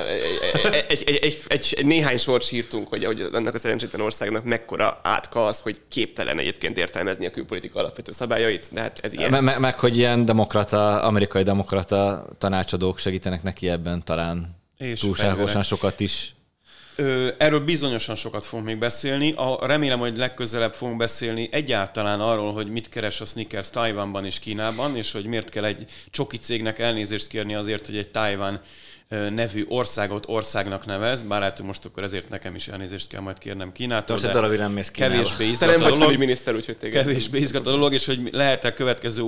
egy néhány sort írtunk, hogy annak a szerencsétlen országnak mekkora átka az, hogy képtelen egyébként értelmezni a külpolitika alapvető szabályait, de hát ez ilyen. Meg hogy ilyen amerikai demokrata tanácsadók segítenek neki ebben talán és túlságosan sokat is. Erről bizonyosan sokat fogunk még beszélni. Remélem, hogy legközelebb fogunk beszélni egyáltalán arról, hogy mit keres a Snickers Tajvanban és Kínában, és hogy miért kell egy csoki cégnek elnézést kérni azért, hogy egy Tajvan nevű országot országnak nevez, bár lehet, hogy most akkor ezért nekem is elnézést kell majd kérnem Kínától. Most egy darabig nem mész Kínába. Kevésbé izgat a dolog. Miniszter, úgyhogy kevésbé izgat a dolog, és hogy lehet-e következő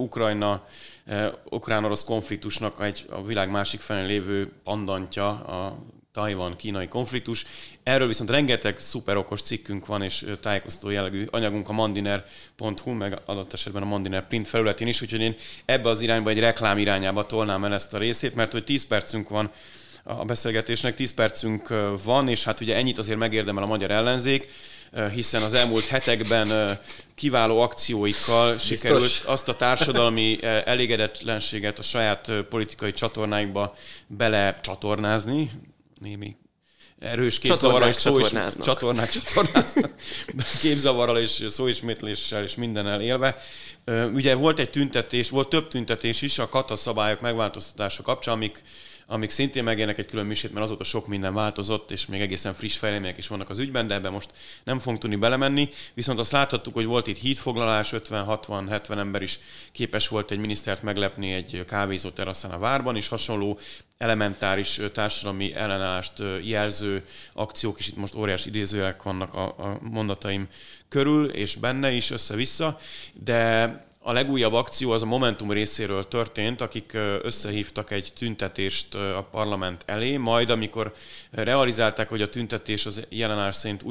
ukrán-orosz konfliktusnak a világ másik felén lévő pandantja a Tajvan-kínai konfliktus. Erről viszont rengeteg szuper okos cikkünk van, és tájékoztató jellegű anyagunk a mandiner.hu, meg adott esetben a Mandiner print felületén is, úgyhogy én ebbe az irányba, egy reklám irányába tolnám el ezt a részét, mert hogy 10 percünk van a beszélgetésnek, 10 percünk van, és hát ugye ennyit azért megérdemel a magyar ellenzék, hiszen az elmúlt hetekben kiváló akcióikkal sikerült azt a társadalmi elégedetlenséget a saját politikai csatornáikba belecsatornázni, némi erős képzavarral és csatornáznak. Képzavarral és szóismétléssel és mindennel élve. Ugye volt több tüntetés is a kata szabályok megváltoztatása kapcsán, amik szintén megérnek egy külön misét, mert azóta sok minden változott, és még egészen friss fejlemények is vannak az ügyben, de ebben most nem fogunk tudni belemenni. Viszont azt láthattuk, hogy volt itt hídfoglalás, 50-60-70 ember is képes volt egy minisztert meglepni egy kávézó teraszán a várban, és hasonló elementáris társadalmi ellenállást jelző akciók, és itt most óriási idézőjelek vannak a mondataim körül, és benne is össze-vissza, de a legújabb akció az a Momentum részéről történt, akik összehívtak egy tüntetést a parlament elé, majd amikor realizálták, hogy a tüntetés az jelenállás szerint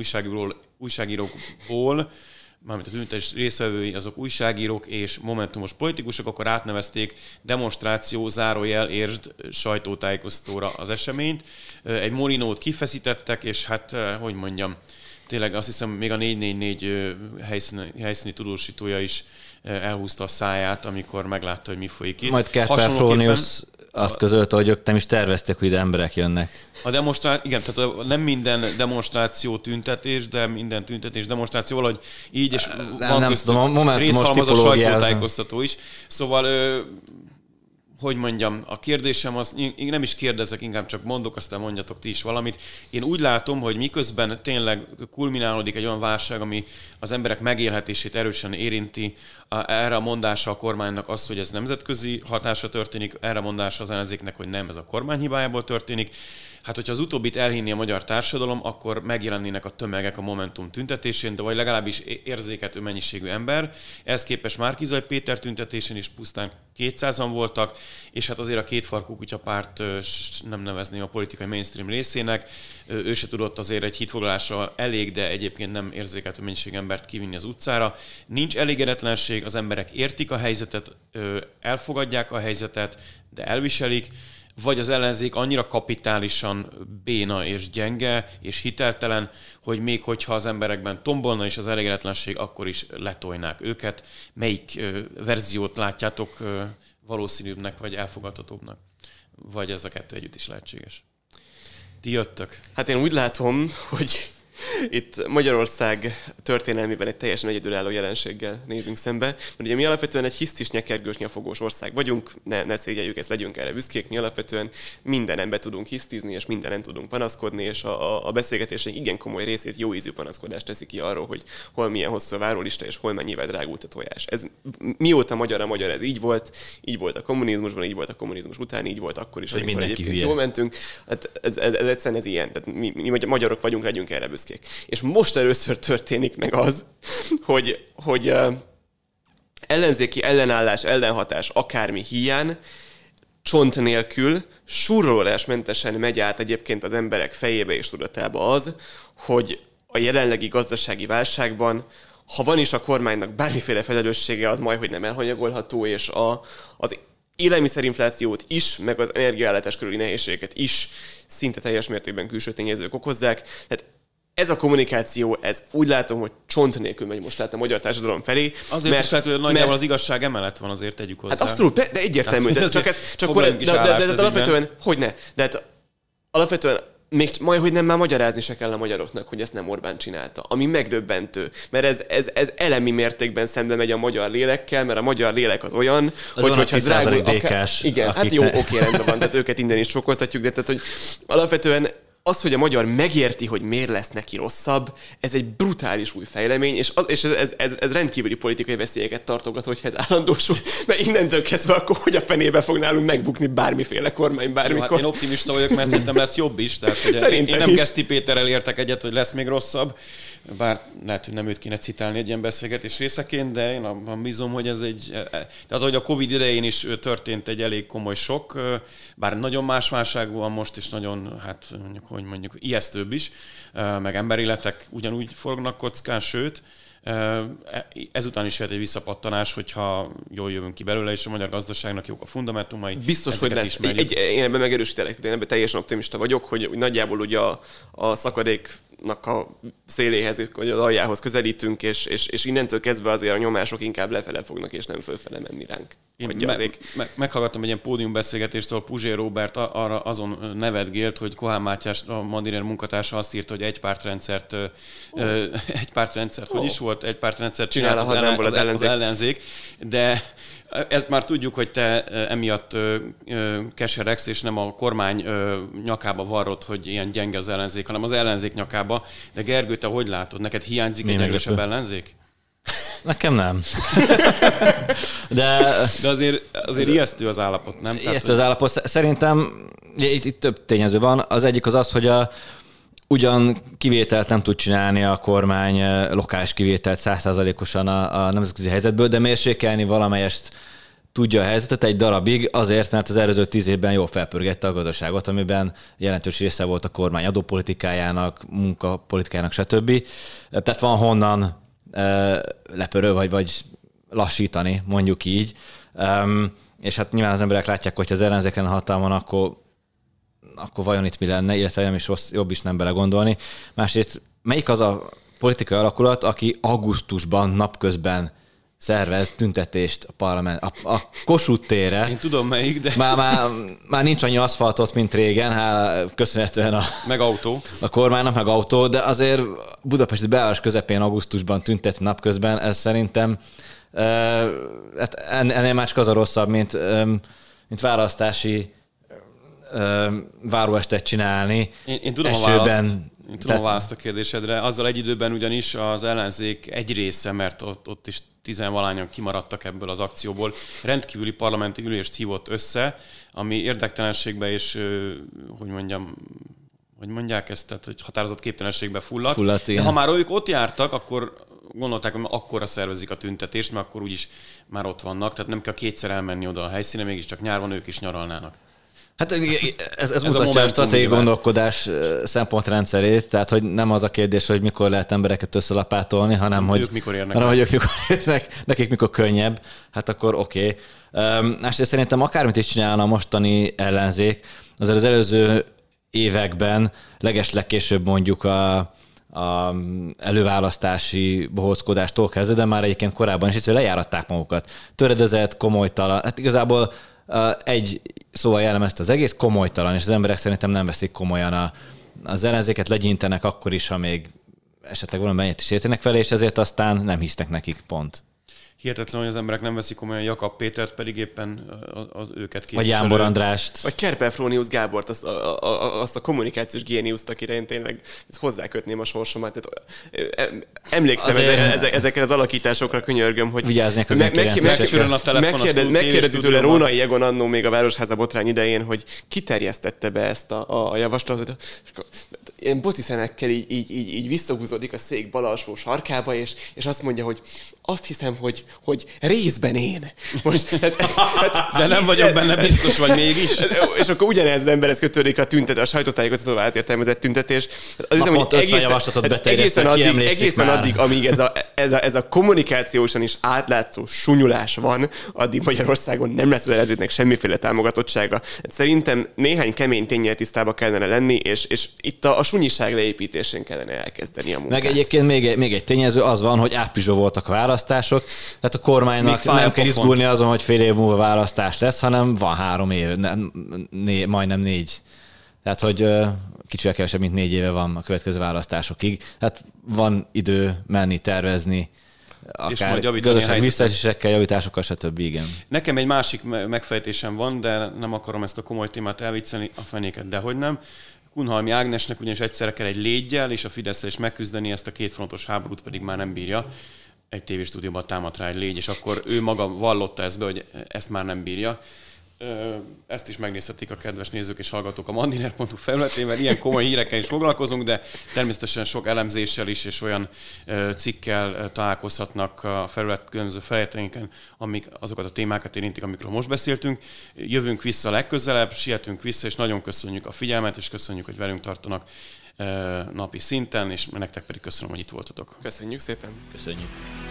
újságírókból, mármint a tüntetés résztvevői azok újságírók és momentumos politikusok, akkor átnevezték demonstráció, zárójel, értsd, sajtótájékoztatóra az eseményt. Egy molinót kifeszítettek, és hát, hogy mondjam, tényleg azt hiszem még a 444 helyszíni tudósítója is elhúzta a száját, amikor meglátta, hogy mi folyik itt. Majd Kerper Frónius azt közölte, hogy ők nem is terveztek, hogy ide emberek jönnek. Igen, tehát nem minden demonstráció tüntetés, de minden tüntetés demonstráció valahogy így, és van köztük részhalmaz a sajtótájékoztató is. Szóval, hogy mondjam, a kérdésem az, én nem is kérdezek, inkább csak mondok, aztán mondjatok ti is valamit. Én úgy látom, hogy miközben tényleg kulminálódik egy olyan válság, ami az emberek megélhetését erősen érinti, erre a mondása a kormánynak az, hogy ez nemzetközi hatásra történik, erre a mondása az ellenzéknek, hogy nem, ez a kormány hibájából történik. Hát, hogyha az utóbbit elhinni a magyar társadalom, akkor megjelennének a tömegek a Momentum tüntetésén, de vagy legalábbis érzékelhető mennyiségű ember. Ehhez képest Márki-Zay Péter tüntetésén is pusztán 200-an voltak, és hát azért a kétfarkú kutyapárt nem nevezném a politikai mainstream részének. Ő se tudott azért egy hídfoglalásra elég, de egyébként nem érzékelhető mennyiségű embert kivinni az utcára. Nincs elégedetlenség, az emberek értik a helyzetet, elfogadják a helyzetet, de elviselik, vagy az ellenzék annyira kapitálisan béna és gyenge és hiteltelen, hogy még hogyha az emberekben tombolna is az elégedetlenség, akkor is letolnák őket. Melyik verziót látjátok valószínűbbnek vagy elfogadhatóbbnak? Vagy ez a kettő együtt is lehetséges? Ti jöttök? Hát én úgy látom, hogy itt Magyarország történelmében egy teljesen egyedülálló jelenséggel nézünk szembe, mert ugye mi alapvetően egy hisztis, nyekergős, nyafogós ország vagyunk, ne szégyeljük ezt, legyünk erre büszkék, mi alapvetően mindenen be tudunk hisztizni, és mindenen tudunk panaszkodni, és a beszélgetésünk igen komoly részét jó ízű panaszkodást teszi ki arról, hogy hol milyen hosszú a várólista, és hol mennyivel drágult a tojás. Ez mióta magyar a magyar, ez így volt a kommunizmusban, így volt a kommunizmus után, így volt akkor is, amikor egyébként jól mentünk. Hát ez egyszerűen ez ilyen, tehát mi magyarok vagyunk, legyünk erre büszkék. És most először történik meg az, hogy ellenzéki ellenállás, ellenhatás akármi hiány, csont nélkül, surrolásmentesen megy át egyébként az emberek fejébe és tudatába az, hogy a jelenlegi gazdasági válságban, ha van is a kormánynak bármiféle felelőssége, az majdhogy nem elhanyagolható, és az élelmiszerinflációt is, meg az energiaellátás körüli nehézségeket is szinte teljes mértékben külső tényezők okozzák. Tehát ez a kommunikáció, ez úgy látom, hogy csont nélkül megy most át a magyar társadalom felé. Azért is lehet, hogy nagyjából az igazság emellett van, azért tegyük hozzá. Hát abszolút, de egyértelmű. De alapvetően, hogy ne. De hát alapvetően még majdhogy nem már magyarázni se kell a magyaroknak, hogy ezt nem Orbán csinálta. Ami megdöbbentő. Mert ez elemi mértékben szembe megy a magyar lélekkel, mert a magyar lélek az olyan, hogyha drágul... Igen, hát jó, oké, rendben van, tehát őket innen is sokoltatjuk, de tehát, hogy alapvetően az, hogy a magyar megérti, hogy miért lesz neki rosszabb, ez egy brutális új fejlemény, és ez rendkívüli politikai veszélyeket tartogat, hogyha ez állandósul, mert innentől kezdve akkor hogy a fenébe fog nálunk megbukni bármiféle kormány bármikor. Jó, hát én optimista vagyok, mert szerintem lesz jobb is. Tehát, én nem Geszti Péterrel értek egyet, hogy lesz még rosszabb, bár lehet, hogy nem őt kéne citálni egy ilyen beszélgetés részeként, de én abban bízom, hogy ez egy... Tehát, hogy a Covid idején is történt egy elég komoly sok, bár nagyon más válság van most, és nagyon, hát mondjuk ijesztőbb is, meg emberéletek ugyanúgy forognak kockán, sőt, ezután is lehet egy visszapattanás, hogyha jól jövünk ki belőle, és a magyar gazdaságnak jók a fundamentumai. Biztos, hogy lesz. Én ebben megerősítelek, én ebben teljesen optimista vagyok, hogy nagyjából ugye a szakadék tonnak a széléhez, vagy az aljához közelítünk, és innentől kezdve azért a nyomások inkább lefele fognak, és nem fölfele menni ránk. Én meghallgattam egy ilyen pódiumbeszélgetést, ahol Puzsér Róbert arra azon nevetgélt, hogy Kohán Mátyás, a Mandiner munkatársa azt írta, hogy egy pártrendszert, hogy is volt, egy pártrendszert csinál az ellenzék, de ezt már tudjuk, hogy te emiatt keseregsz, és nem a kormány nyakába varrod, hogy ilyen gyenge az ellenzék, hanem az ellenzék nyakába. De Gergő, te hogy látod? Neked hiányzik egy erősebb ellenzék? Nekem nem. De azért ijesztő az állapot, nem? Ijesztő az állapot. Szerintem itt több tényező van. Az egyik az, hogy ugyan kivételt nem tud csinálni a kormány, lokális kivételt 100%-osan a nemzetközi helyzetből, de mérsékelni valamelyest tudja a helyzetet egy darabig, azért, mert az előző 10 évben jól felpörgette a gazdaságot, amiben jelentős része volt a kormány adópolitikájának, munkapolitikájának, stb. Tehát van honnan lepörő, vagy lassítani, mondjuk így. És hát nyilván az emberek látják, hogy az ellenzék lenne hatalmon, akkor vajon itt mi lenne, illetve nem is jobb is nem belegondolni. Másrészt melyik az a politikai alakulat, aki augusztusban napközben szervez tüntetést a parlament, a Kossuth térre. Én tudom melyik, de... Már nincs annyi aszfaltot, mint régen, köszönhetően meg autó. A kormánynak, meg autó, de azért budapesti belváros közepén augusztusban tüntetni napközben, ez szerintem hát ennél már csak az a rosszabb, mint választási váróestet csinálni. Én tudom esőben. Én tudom a választ a kérdésedre. Azzal egy időben ugyanis az ellenzék egy része, mert ott is 10-valányan kimaradtak ebből az akcióból, rendkívüli parlamenti ülést hívott össze, ami érdektelenségbe és, hogy mondják ezt, tehát hogy határozott képtelenségbe fulladt. De ha már ők ott jártak, akkor gondolták, hogy akkora szervezik a tüntetést, mert akkor úgyis már ott vannak, tehát nem kell kétszer elmenni oda a helyszíne, mégiscsak nyár van, ők is nyaralnának. Hát ez mutatja a stratégiai gondolkodás szempontrendszerét, tehát hogy nem az a kérdés, hogy mikor lehet embereket összelapátolni, hanem hogy ők mikor érnek, nekik mikor könnyebb, hát akkor oké. Másrészt szerintem akármit is csinálna a mostani ellenzék, azért az előző években legeslegkésőbb mondjuk a előválasztási bohóckodástól kezdve, de már egyébként korábban is egyszerűen lejáratták magukat. Töredezett, komolytalan, hát igazából egy szóval jellemezte az egész, komolytalan, és az emberek szerintem nem veszik komolyan az ellenzéket, legyintenek akkor is, ha még esetleg valamennyit is értenek vele, és ezért aztán nem hisznek nekik, pont. Hihetetlen, hogy az emberek nem veszik komolyan Jakab Pétert, pedig éppen az őket képviselő. Vagy Jámbor Andrást. Vagy Kerpel Frónius Gábort, azt a kommunikációs géniuszt, akire én tényleg hozzákötném a sorsomat. Emlékszem ezekre az alakításokra, könyörgöm, hogy vigyáznék az megkérdezi tőle Rónai Egon annó még a Városháza botrány idején, hogy kiterjesztette be ezt a javaslatot. Ilyen boci szemekkel így visszahúzódik a szék bal alsó sarkába, és azt mondja, hogy azt hiszem, hogy részben én. Most, de nem vagyok benne biztos, vagy mégis. És akkor ugyanez az emberhez kötődik a sajtótájékoztatóval átértelmezett tüntetés. Pont 50 javaslatot beterjesztek, egészen addig, amíg ez a kommunikációsan is átlátszó sunyulás van, addig Magyarországon nem lesz az ellenzéknek semmiféle támogatottsága. Szerintem néhány kemény ténnyel tisztába kellene lenni, és itt a sunyiság leépítésén kellene elkezdeni a munkát. Meg egyébként még egy tényező az van, hogy áprilisban voltak a választások, tehát a kormánynak nem kell izgulni azon, hogy fél év múlva választás lesz, hanem van 3 év, majdnem 4. Tehát, hogy kicsivel kevesebb, mint 4 éve van a következő választásokig. Tehát van idő menni, tervezni, akár gazdasági visszaesésekkel, javításokkal, stb. Igen. Nekem egy másik megfejtésem van, de nem akarom ezt a komoly témát elviccelni, a fenéket, dehogy nem. Kunhalmi Ágnesnek ugyanis egyszerre kell egy légyel, és a Fideszsel is megküzdeni, ezt a kétfrontos háborút pedig már nem bírja. Egy tévéstúdióban támadt rá egy légy, és akkor ő maga vallotta ezt be, hogy ezt már nem bírja. Ezt is megnézhetik a kedves nézők és hallgatók a mandiner.hu felületén, mert ilyen komoly hírekkel is foglalkozunk, de természetesen sok elemzéssel is, és olyan cikkel találkozhatnak a felület különböző felületeinken, amik azokat a témákat érintik, amikről most beszéltünk. Jövünk vissza legközelebb, sietünk vissza, és nagyon köszönjük a figyelmet, és köszönjük, hogy velünk tartanak napi szinten, és nektek pedig köszönöm, hogy itt voltatok. Köszönjük szépen. Köszönjük.